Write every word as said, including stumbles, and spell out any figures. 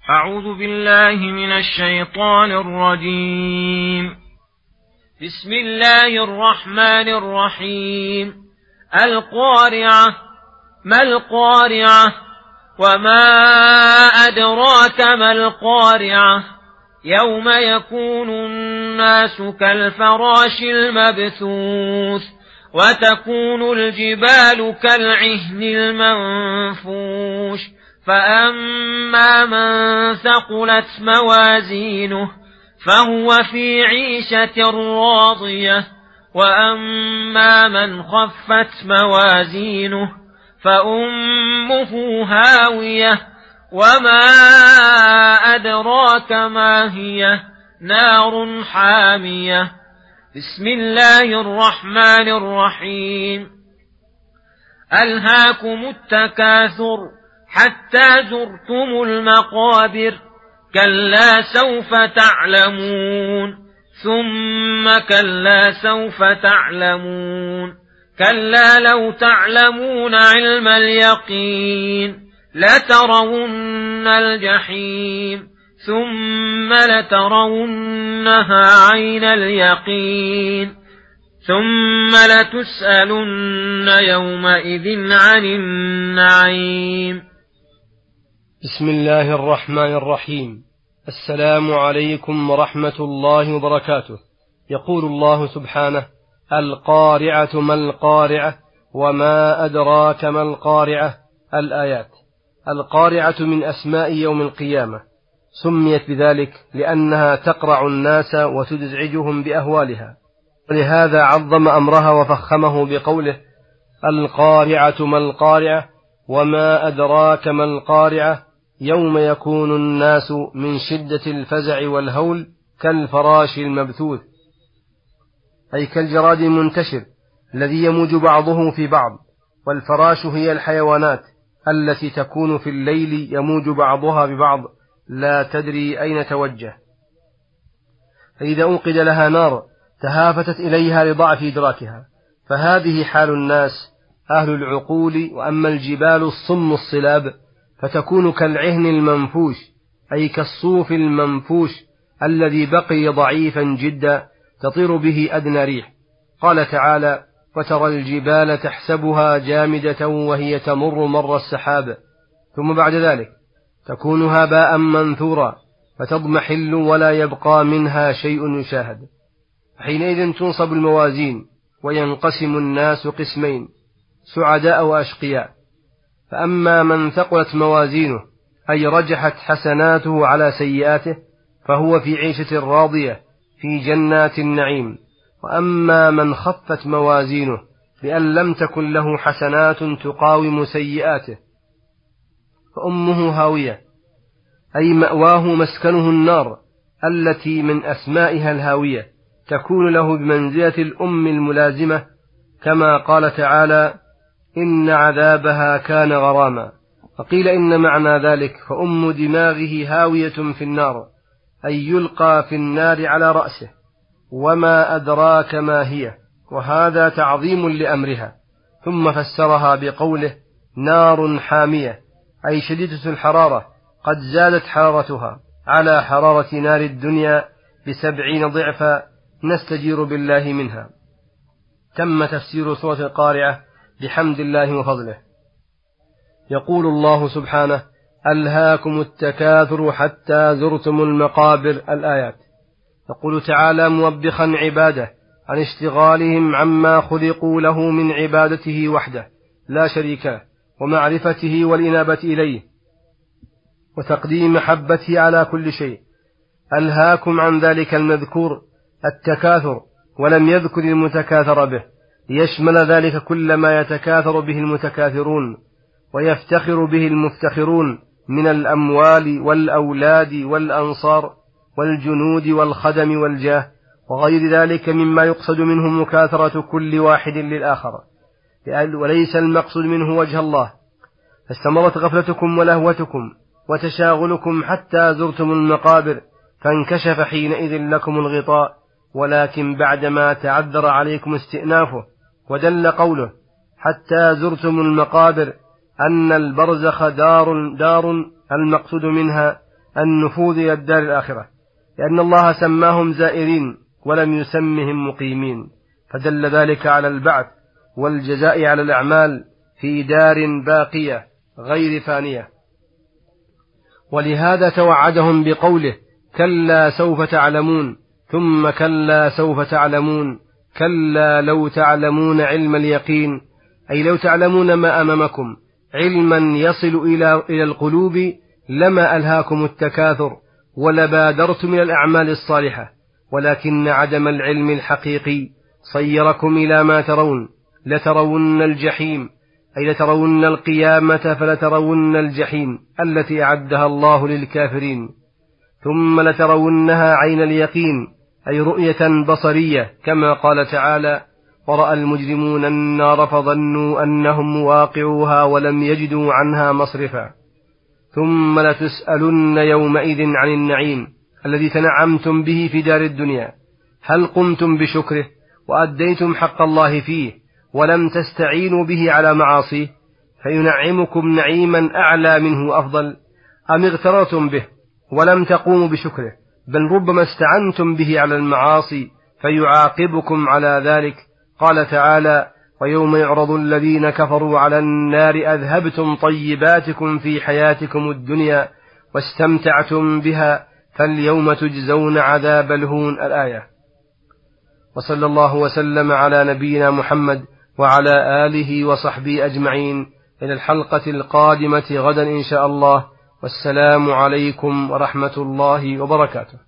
أعوذ بالله من الشيطان الرجيم. بسم الله الرحمن الرحيم. القارعة. ما القارعة؟ وما أدراك ما القارعة؟ يوم يكون الناس كالفراش المبثوث وتكون الجبال كالعهن المنفوش فأما من ثقلت موازينه فهو في عيشة راضية وأما من خفت موازينه فأمه هاوية وما أدراك ما هي نار حامية. بسم الله الرحمن الرحيم. ألهاكم التكاثر حتى زرتم المقابر كلا سوف تعلمون ثم كلا سوف تعلمون كلا لو تعلمون علم اليقين لترون الجحيم ثم لترونها عين اليقين ثم لتسألن يومئذ عن النعيم. بسم الله الرحمن الرحيم. السلام عليكم ورحمة الله وبركاته. يقول الله سبحانه: القارعة ما القارعة وما أدراك ما القارعة. الآيات. القارعة من أسماء يوم القيامة، سميت بذلك لأنها تقرع الناس وتزعجهم بأهوالها، ولهذا عظم أمرها وفخمه بقوله: القارعة ما القارعة وما أدراك ما القارعة يوم يكون الناس من شدة الفزع والهول كالفراش المبثوث، أي كالجراد المنتشر الذي يموج بعضه في بعض. والفراش هي الحيوانات التي تكون في الليل يموج بعضها ببعض لا تدري أين توجه، فإذا أوقد لها نار تهافتت إليها لضعف إدراكها. فهذه حال الناس أهل العقول. وأما الجبال الصم الصلاب فتكون كالعهن المنفوش، أي كالصوف المنفوش الذي بقي ضعيفا جدا تطير به أدنى ريح. قال تعالى: وترى الجبال تحسبها جامدة وهي تمر مر السحاب ثم بعد ذلك تكون هباء منثورا فتضمحل ولا يبقى منها شيء يشاهد. حينئذ تنصب الموازين وينقسم الناس قسمين: سعداء وأشقياء. فأما من ثقلت موازينه أي رجحت حسناته على سيئاته فهو في عيشة راضية في جنات النعيم. وأما من خفت موازينه بأن لم تكن له حسنات تقاوم سيئاته فأمه هاوية، أي مأواه مسكنه النار التي من أسمائها الهاوية، تكون له بمنزلة الأم الملازمة، كما قال تعالى: إن عذابها كان غراما. فقيل إن معنى ذلك فأم دماغه هاوية في النار، أي يلقى في النار على رأسه. وما أدراك ما هي، وهذا تعظيم لأمرها. ثم فسرها بقوله: نار حامية، أي شديدة الحرارة قد زادت حرارتها على حرارة نار الدنيا بسبعين ضعفا نستجير بالله منها. تم تفسير سورة القارعة بحمد الله وفضله. يقول الله سبحانه: ألهاكم التكاثر حتى زرتم المقابر. الآيات. يقول تعالى موبخا عباده عن اشتغالهم عما خلقوا له من عبادته وحده لا شريك له ومعرفته والإنابة إليه وتقديم محبته على كل شيء. ألهاكم عن ذلك المذكور التكاثر، ولم يذكر المتكاثر به، ليشمل ذلك كل ما يتكاثر به المتكاثرون ويفتخر به المفتخرون من الأموال والأولاد والأنصار والجنود والخدم والجاه وغير ذلك مما يقصد منه مكاثرة كل واحد للآخر، وليس المقصود منه وجه الله. فاستمرت غفلتكم ولهوتكم وتشاغلكم حتى زرتم المقابر، فانكشف حينئذ لكم الغطاء، ولكن بعدما تعذر عليكم استئنافه ودل قوله حتى زرتم المقابر أن البرزخ دار, دار المقصود منها النفوذ إلى الدار الآخرة، لأن الله سماهم زائرين ولم يسمهم مقيمين، فدل ذلك على البعث والجزاء على الأعمال في دار باقية غير فانية. ولهذا توعدهم بقوله: كلا سوف تعلمون ثم كلا سوف تعلمون كلا لو تعلمون علم اليقين، أي لو تعلمون ما أمامكم علما يصل إلى إلى القلوب لما ألهاكم التكاثر ولبادرتم إلى الأعمال الصالحة، ولكن عدم العلم الحقيقي صيركم إلى ما ترون. لترون الجحيم، أي لترون القيامة فلترون الجحيم التي أعدها الله للكافرين، ثم لترونها عين اليقين، أي رؤية بصرية، كما قال تعالى: ورأى المجرمون النار فظنوا أنهم واقعوها ولم يجدوا عنها مصرفا. ثم لتسألن يومئذ عن النعيم الذي تنعمتم به في دار الدنيا، هل قمتم بشكره وأديتم حق الله فيه ولم تستعينوا به على معاصيه فينعمكم نعيما أعلى منه وأفضل، أم اغتررتم به ولم تقوموا بشكره بل ربما استعنتم به على المعاصي فيعاقبكم على ذلك؟ قال تعالى: ويوم يعرض الذين كفروا على النار أذهبتم طيباتكم في حياتكم الدنيا واستمتعتم بها فاليوم تجزون عذاب الهون. الآية. وصلى الله وسلم على نبينا محمد وعلى آله وصحبه أجمعين، إلى الحلقة القادمة غدا إن شاء الله، والسلام عليكم ورحمة الله وبركاته.